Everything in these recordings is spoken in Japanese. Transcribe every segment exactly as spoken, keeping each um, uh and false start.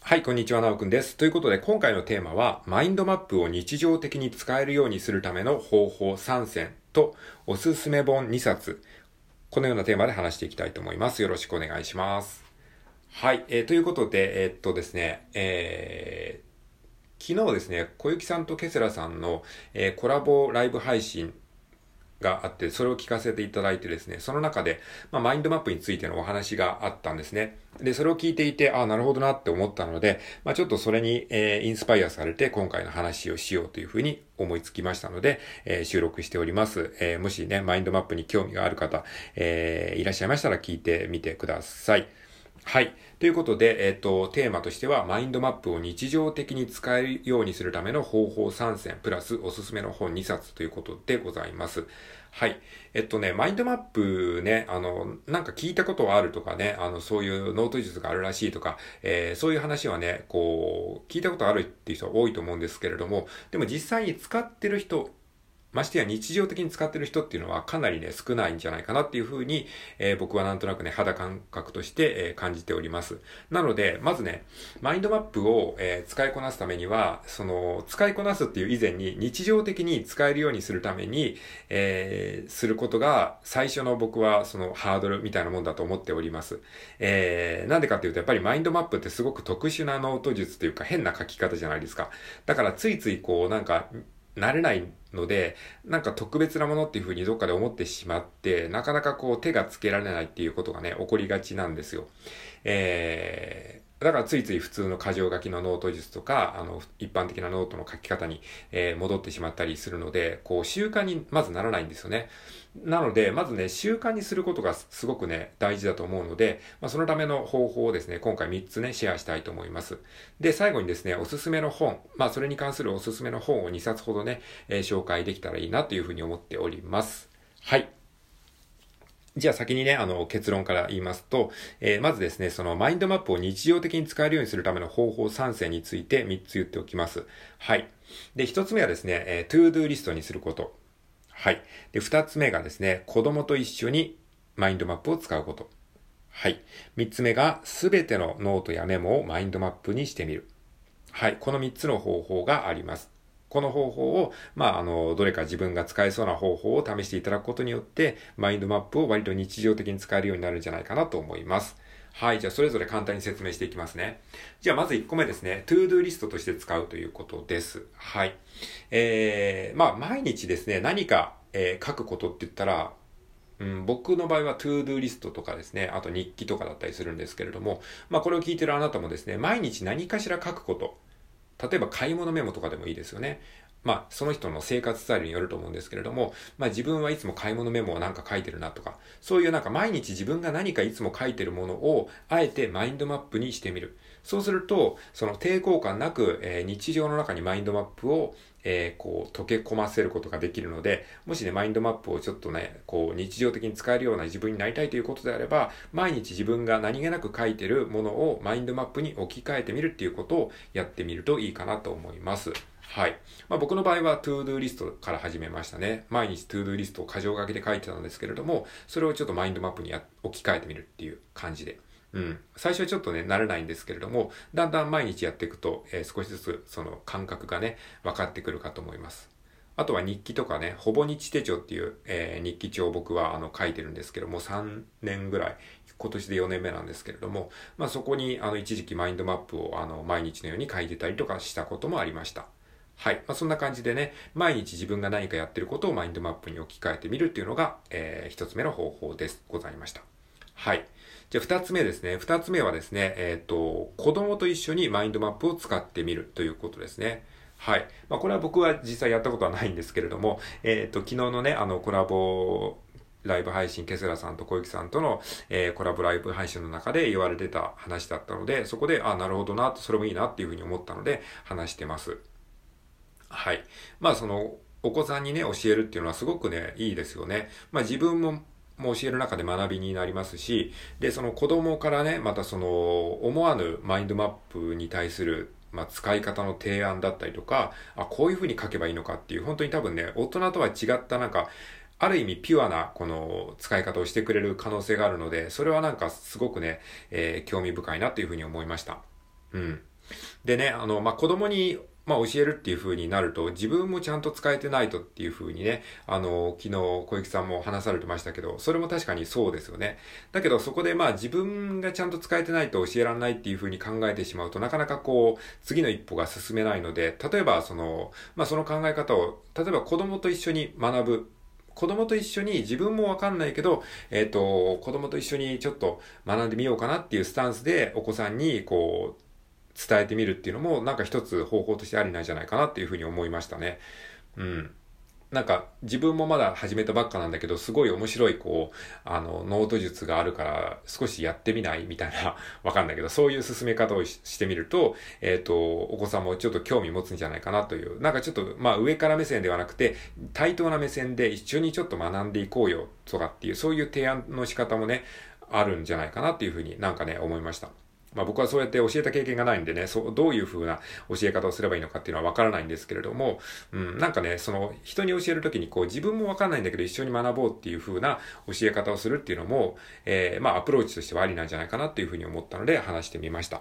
はい、こんにちは、なおくんです。ということで、今回のテーマは、マインドマップを日常的に使えるようにするための方法さん選と、おすすめ本にさつ。このようなテーマで話していきたいと思います。よろしくお願いします。はい、えー、ということで、えー、っとですね、えー、昨日ですね、小雪さんとケセラさんの、えー、コラボライブ配信があって、それを聞かせていただいてですね、その中で、まあ、マインドマップについてのお話があったんですね。で、それを聞いていて、ああ、なるほどなって思ったので、まあ、ちょっとそれに、えー、インスパイアされて、今回の話をしようというふうに思いつきましたので、えー、収録しております。えー、もしね、マインドマップに興味がある方、えー、いらっしゃいましたら聞いてみてください。はい。ということで、えっと、テーマとしては、マインドマップを日常的に使えるようにするための方法さん選、プラスおすすめの本にさつということでございます。はい。えっとね、マインドマップね、あの、なんか聞いたことはあるとかね、あの、そういうノート術があるらしいとか、えー、そういう話はね、こう、聞いたことあるっていう人は多いと思うんですけれども、でも実際に使ってる人、ましてや日常的に使ってる人っていうのはかなりね、少ないんじゃないかなっていうふうに、えー、僕はなんとなくね、肌感覚として、えー、感じております。なので、まずね、マインドマップを、えー、使いこなすためには、その、使いこなすっていう以前に日常的に使えるようにするために、えー、することが最初の僕はそのハードルみたいなもんだと思っております。えー、なんでかっていうと、やっぱりマインドマップってすごく特殊なノート術というか変な書き方じゃないですか。だからついついこう、なんか、慣れないので、なんか特別なものっていう風にどっかで思ってしまって、なかなかこう手がつけられないっていうことがね、起こりがちなんですよ。えー、だからついつい普通の箇条書きのノート術とか、あの、一般的なノートの書き方に、えー、戻ってしまったりするので、こう習慣にまずならないんですよね。なので、まずね、習慣にすることがすごくね、大事だと思うので、まあ、そのための方法をですね、今回みっつね、シェアしたいと思います。で、最後にですね、おすすめの本、まあ、それに関するおすすめの本をにさつほどね、えー、紹介できたらいいなというふうに思っております。はい。じゃあ先にね、あの、結論から言いますと、えー、まずですね、そのマインドマップを日常的に使えるようにするための方法さん選についてみっつ言っておきます。はい。で、ひとつめはですね、えー、トゥードゥーリストにすること。はい。で、二つ目がですね、子供と一緒にマインドマップを使うこと。はい。三つ目が、すべてのノートやメモをマインドマップにしてみる。はい。この三つの方法があります。この方法を、まあ、あの、どれか自分が使えそうな方法を試していただくことによって、マインドマップを割と日常的に使えるようになるんじゃないかなと思います。はい。じゃあ、それぞれ簡単に説明していきますね。じゃあ、まずいっこめですね。トゥードゥーリストとして使うということです。はい。えー、まあ、毎日ですね、何か、えー、書くことって言ったら、うん、僕の場合はトゥードゥーリストとかですね、あと日記とかだったりするんですけれども、まあ、これを聞いてるあなたもですね、毎日何かしら書くこと、例えば買い物メモとかでもいいですよね。まあ、その人の生活スタイルによると思うんですけれども、まあ自分はいつも買い物メモをなんか書いてるなとか、そういうなんか毎日自分が何かいつも書いてるものを、あえてマインドマップにしてみる。そうすると、その抵抗感なく、えー、日常の中にマインドマップを、えー、こう、溶け込ませることができるので、もしね、マインドマップをちょっとね、こう、日常的に使えるような自分になりたいということであれば、毎日自分が何気なく書いてるものをマインドマップに置き換えてみるっていうことをやってみるといいかなと思います。はい。まあ僕の場合は トゥードゥー リストから始めましたね。毎日 トゥードゥー リストを箇条書きで書いてたんですけれども、それをちょっとマインドマップに置き換えてみるっていう感じで。うん。最初はちょっとね、慣れないんですけれども、だんだん毎日やっていくと、えー、少しずつその感覚がね、分かってくるかと思います。あとは日記とかね、ほぼ日手帳っていう、えー、日記帳を僕はあの書いてるんですけども、さんねんぐらい、今年でよねんめなんですけれども、まあそこにあの一時期マインドマップをあの毎日のように書いてたりとかしたこともありました。はい。まあ、そんな感じでね、毎日自分が何かやってることをマインドマップに置き換えてみるっていうのが、えー、一つ目の方法です。ございました。はい。じゃあ二つ目ですね。二つ目はですね、えっと、子供と一緒にマインドマップを使ってみるということですね。はい。まあ、これは僕は実際やったことはないんですけれども、えっと、昨日のね、あの、コラボ、ライブ配信、ケセラさんと小雪さんとの、えー、コラボライブ配信の中で言われてた話だったので、そこで、あ、なるほどな、それもいいなっていうふうに思ったので、話してます。はい。まあその、お子さんにね、教えるっていうのはすごくね、いいですよね。まあ自分も、もう教える中で学びになりますし、で、その子供からね、またその、思わぬマインドマップに対する、まあ使い方の提案だったりとか、あ、こういうふうに書けばいいのかっていう、本当に多分ね、大人とは違ったなんか、ある意味ピュアなこの使い方をしてくれる可能性があるので、それはなんかすごくね、えー興味深いなというふうに思いました。うん。 でね、あの、まあ、子供に、まあ、教えるっていう風になると、自分もちゃんと使えてないとっていう風にね、あの、昨日小雪さんも話されてましたけど、それも確かにそうですよね。だけどそこでまあ自分がちゃんと使えてないと教えられないっていう風に考えてしまうと、なかなかこう、次の一歩が進めないので、例えばその、まあその考え方を、例えば子供と一緒に学ぶ。子供と一緒に自分もわかんないけど、えっと、子供と一緒にちょっと学んでみようかなっていうスタンスでお子さんにこう、伝えてみるっていうのもなんか一つ方法としてありなんじゃないかなっていうふうに思いましたね。うん。なんか自分もまだ始めたばっかなんだけど、すごい面白いこう、あの、ノート術があるから少しやってみないみたいな、わかんないけど、そういう進め方を し, してみると、えっと、お子さんもちょっと興味持つんじゃないかなという、なんかちょっと、まあ上から目線ではなくて、対等な目線で一緒にちょっと学んでいこうよとかっていう、そういう提案の仕方もね、あるんじゃないかなっていうふうになんかね、思いました。まあ僕はそうやって教えた経験がないんでね、そう、どういう風な教え方をすればいいのかっていうのはわからないんですけれども、うん、なんかね、その人に教えるときにこう自分もわかんないんだけど一緒に学ぼうっていう風な教え方をするっていうのも、えー、まあアプローチとしてはありなんじゃないかなっていう風に思ったので話してみました。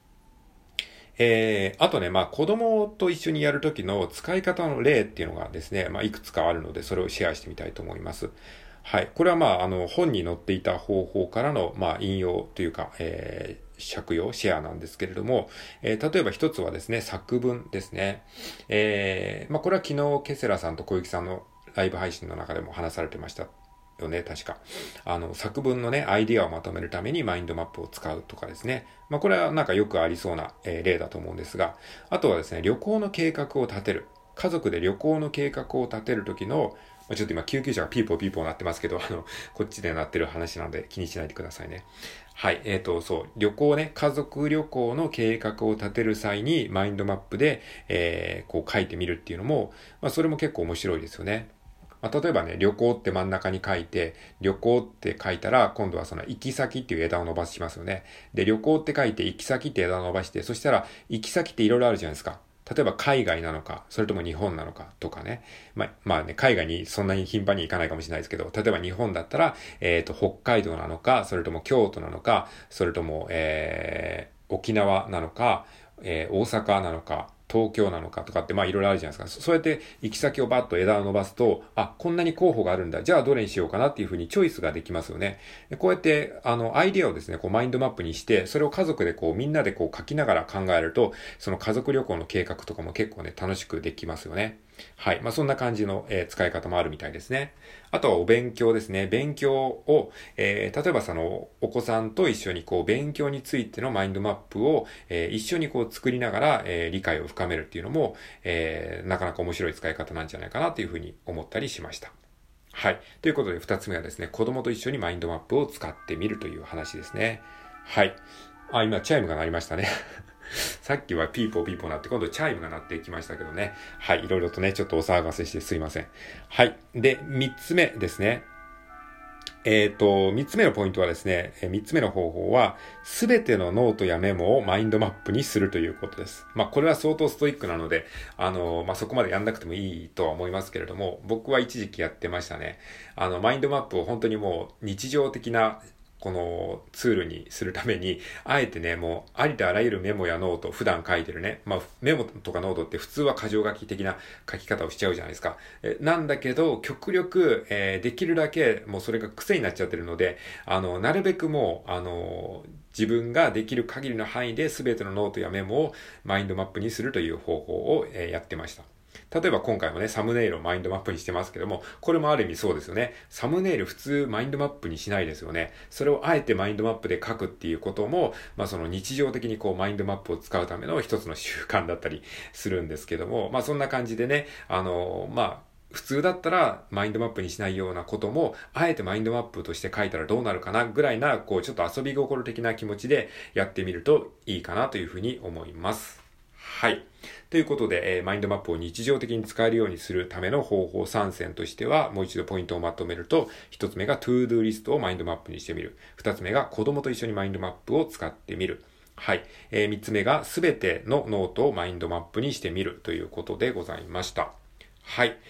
えー、あとね、まあ子供と一緒にやるときの使い方の例っていうのがですね、まあいくつかあるのでそれをシェアしてみたいと思います。はい。これはまあ、あの、本に載っていた方法からの、まあ、引用というか、えー、借用、シェアなんですけれども、えー、例えば一つはですね、作文ですね。えー、まあ、これは昨日、ケセラさんと小雪さんのライブ配信の中でも話されてましたよね、確か。あの、作文のね、アイディアをまとめるためにマインドマップを使うとかですね。まあ、これはなんかよくありそうな、えー、例だと思うんですが、あとはですね、旅行の計画を立てる。家族で旅行の計画を立てるときの、ちょっと今救急車がピーポーピーポー鳴ってますけど、あの、こっちで鳴ってる話なので気にしないでくださいね。はい。えっと、そう、旅行ね、家族旅行の計画を立てる際にマインドマップで、えー、こう書いてみるっていうのも、まあそれも結構面白いですよね。まあ、例えばね、旅行って真ん中に書いて、旅行って書いたら、今度はその行き先っていう枝を伸ばしますよね。で、旅行って書いて、行き先って枝を伸ばして、そしたら、行き先っていろいろあるじゃないですか。例えば海外なのか、それとも日本なのかとかね。まあ、まあね、海外にそんなに頻繁に行かないかもしれないですけど、例えば日本だったら、えっと、北海道なのか、それとも京都なのか、それとも、えー、沖縄なのか、えー、大阪なのか、東京なのかとかって、まあいろいろあるじゃないですか。そうやって行き先をバッと枝を伸ばすと、あ、こんなに候補があるんだ。じゃあどれにしようかなっていうふうにチョイスができますよね。でこうやって、あの、アイディアをですね、こうマインドマップにして、それを家族でこうみんなでこう書きながら考えると、その家族旅行の計画とかも結構ね、楽しくできますよね。はい。まあ、そんな感じの、えー、使い方もあるみたいですね。あとはお勉強ですね。勉強を、えー、例えばその、お子さんと一緒にこう、勉強についてのマインドマップを、えー、一緒にこう、作りながら、えー、理解を深めるっていうのも、えー、なかなか面白い使い方なんじゃないかなというふうに思ったりしました。はい。ということで、二つ目はですね、子供と一緒にマインドマップを使ってみるという話ですね。はい。あ、今、チャイムが鳴りましたね。さっきはピーポーピーポー鳴って、今度チャイムが鳴ってきましたけどね。はい、いろいろとね、ちょっとお騒がせしてすいません。はい。で、三つ目ですね。えっと、三つ目のポイントはですね、三つ目の方法は、すべてのノートやメモをマインドマップにするということです。まあ、これは相当ストイックなので、あの、まあ、そこまでやんなくてもいいとは思いますけれども、僕は一時期やってましたね。あの、マインドマップを本当にもう日常的なこのツールにするために、あえてね、もう、ありとあらゆるメモやノート、普段書いてるね、まあ、メモとかノートって普通は箇条書き的な書き方をしちゃうじゃないですか。えなんだけど、極力、えー、できるだけ、もうそれが癖になっちゃってるので、あの、なるべくもう、あの、自分ができる限りの範囲で全てのノートやメモをマインドマップにするという方法を、えー、やってました。例えば今回もね、サムネイルをマインドマップにしてますけども、これもある意味そうですよね。サムネイル普通マインドマップにしないですよね。それをあえてマインドマップで書くっていうことも、まあその日常的にこうマインドマップを使うための一つの習慣だったりするんですけども、まあそんな感じでね、あの、まあ、普通だったらマインドマップにしないようなことも、あえてマインドマップとして書いたらどうなるかなぐらいな、こうちょっと遊び心的な気持ちでやってみるといいかなというふうに思います。はい。ということで、えー、マインドマップを日常的に使えるようにするための方法さん選としては、もう一度ポイントをまとめると、一つ目が トゥードゥー リストをマインドマップにしてみる。二つ目が子供と一緒にマインドマップを使ってみる。はい。えー、三つ目がすべてのノートをマインドマップにしてみるということでございました。はい。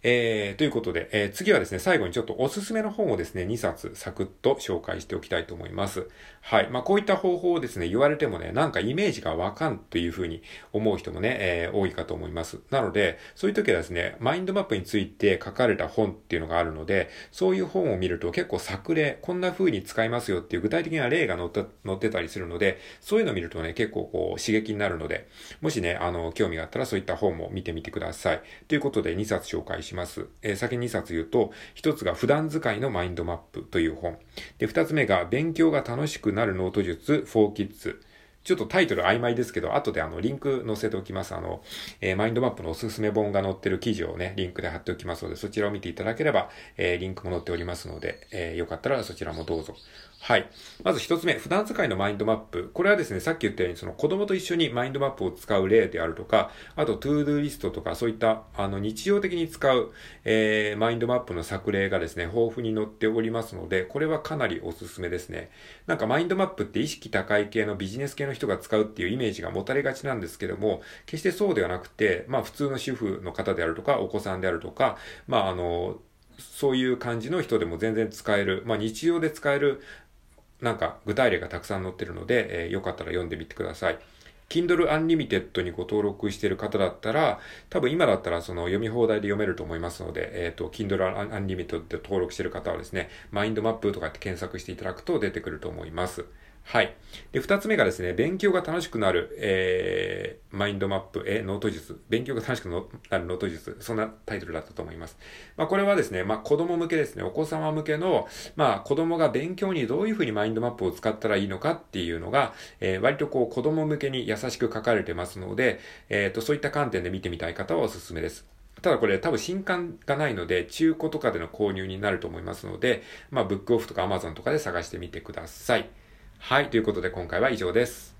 えー、ということで、えー、次はですね、最後にちょっとおすすめの本をですね、にさつサクッと紹介しておきたいと思います。はい。まあ、こういった方法をですね、言われてもね、なんかイメージがわかんというふうに思う人もね、えー、多いかと思います。なので、そういう時はですね、マインドマップについて書かれた本っていうのがあるので、そういう本を見ると結構作例、こんな風に使いますよっていう具体的な例が載った、載ってたりするので、そういうのを見るとね、結構こう刺激になるので、もしね、あの、興味があったらそういった本も見てみてください。ということでにさつ紹介します。えー、先ににさつ言うと、ひとつが普段使いのマインドマップという本。で、ふたつめが勉強が楽しくなるノート術 フォー Kids。ちょっとタイトル曖昧ですけど、後であの、リンク載せておきます。あの、えー、マインドマップのおすすめ本が載ってる記事をね、リンクで貼っておきますので、そちらを見ていただければ、えー、リンクも載っておりますので、えー、よかったらそちらもどうぞ。はい。まず一つ目、普段使いのマインドマップ。これはですね、さっき言ったように、その子供と一緒にマインドマップを使う例であるとか、あと、トゥードゥーリストとか、そういった、あの、日常的に使う、えー、マインドマップの作例がですね、豊富に載っておりますので、これはかなりおすすめですね。なんかマインドマップって意識高い系のビジネス系の人が使うっていうイメージが持たれがちなんですけども、決してそうではなくて、まあ、普通の主婦の方であるとか、お子さんであるとか、まあ、あの、そういう感じの人でも全然使える、まあ、日常で使えるなんか具体例がたくさん載ってるので、えー、よかったら読んでみてください。Kindle Unlimited にご登録している方だったら、多分今だったらその読み放題で読めると思いますので、えっと、Kindle Unlimited で登録している方はですね、マインドマップとかって検索していただくと出てくると思います。はい。で、二つ目がですね、勉強が楽しくなる、えー、マインドマップ、えー、ノート術。勉強が楽しくなるノート術。そんなタイトルだったと思います。まあ、これはですね、まあ、子供向けですね、お子様向けの、まあ、子供が勉強にどういうふうにマインドマップを使ったらいいのかっていうのが、えー、割とこう、子供向けに優しく書かれてますので、えっと、そういった観点で見てみたい方はおすすめです。ただこれ多分新刊がないので、中古とかでの購入になると思いますので、まあ、ブックオフとか Amazon とかで探してみてください。はい。ということで今回は以上です。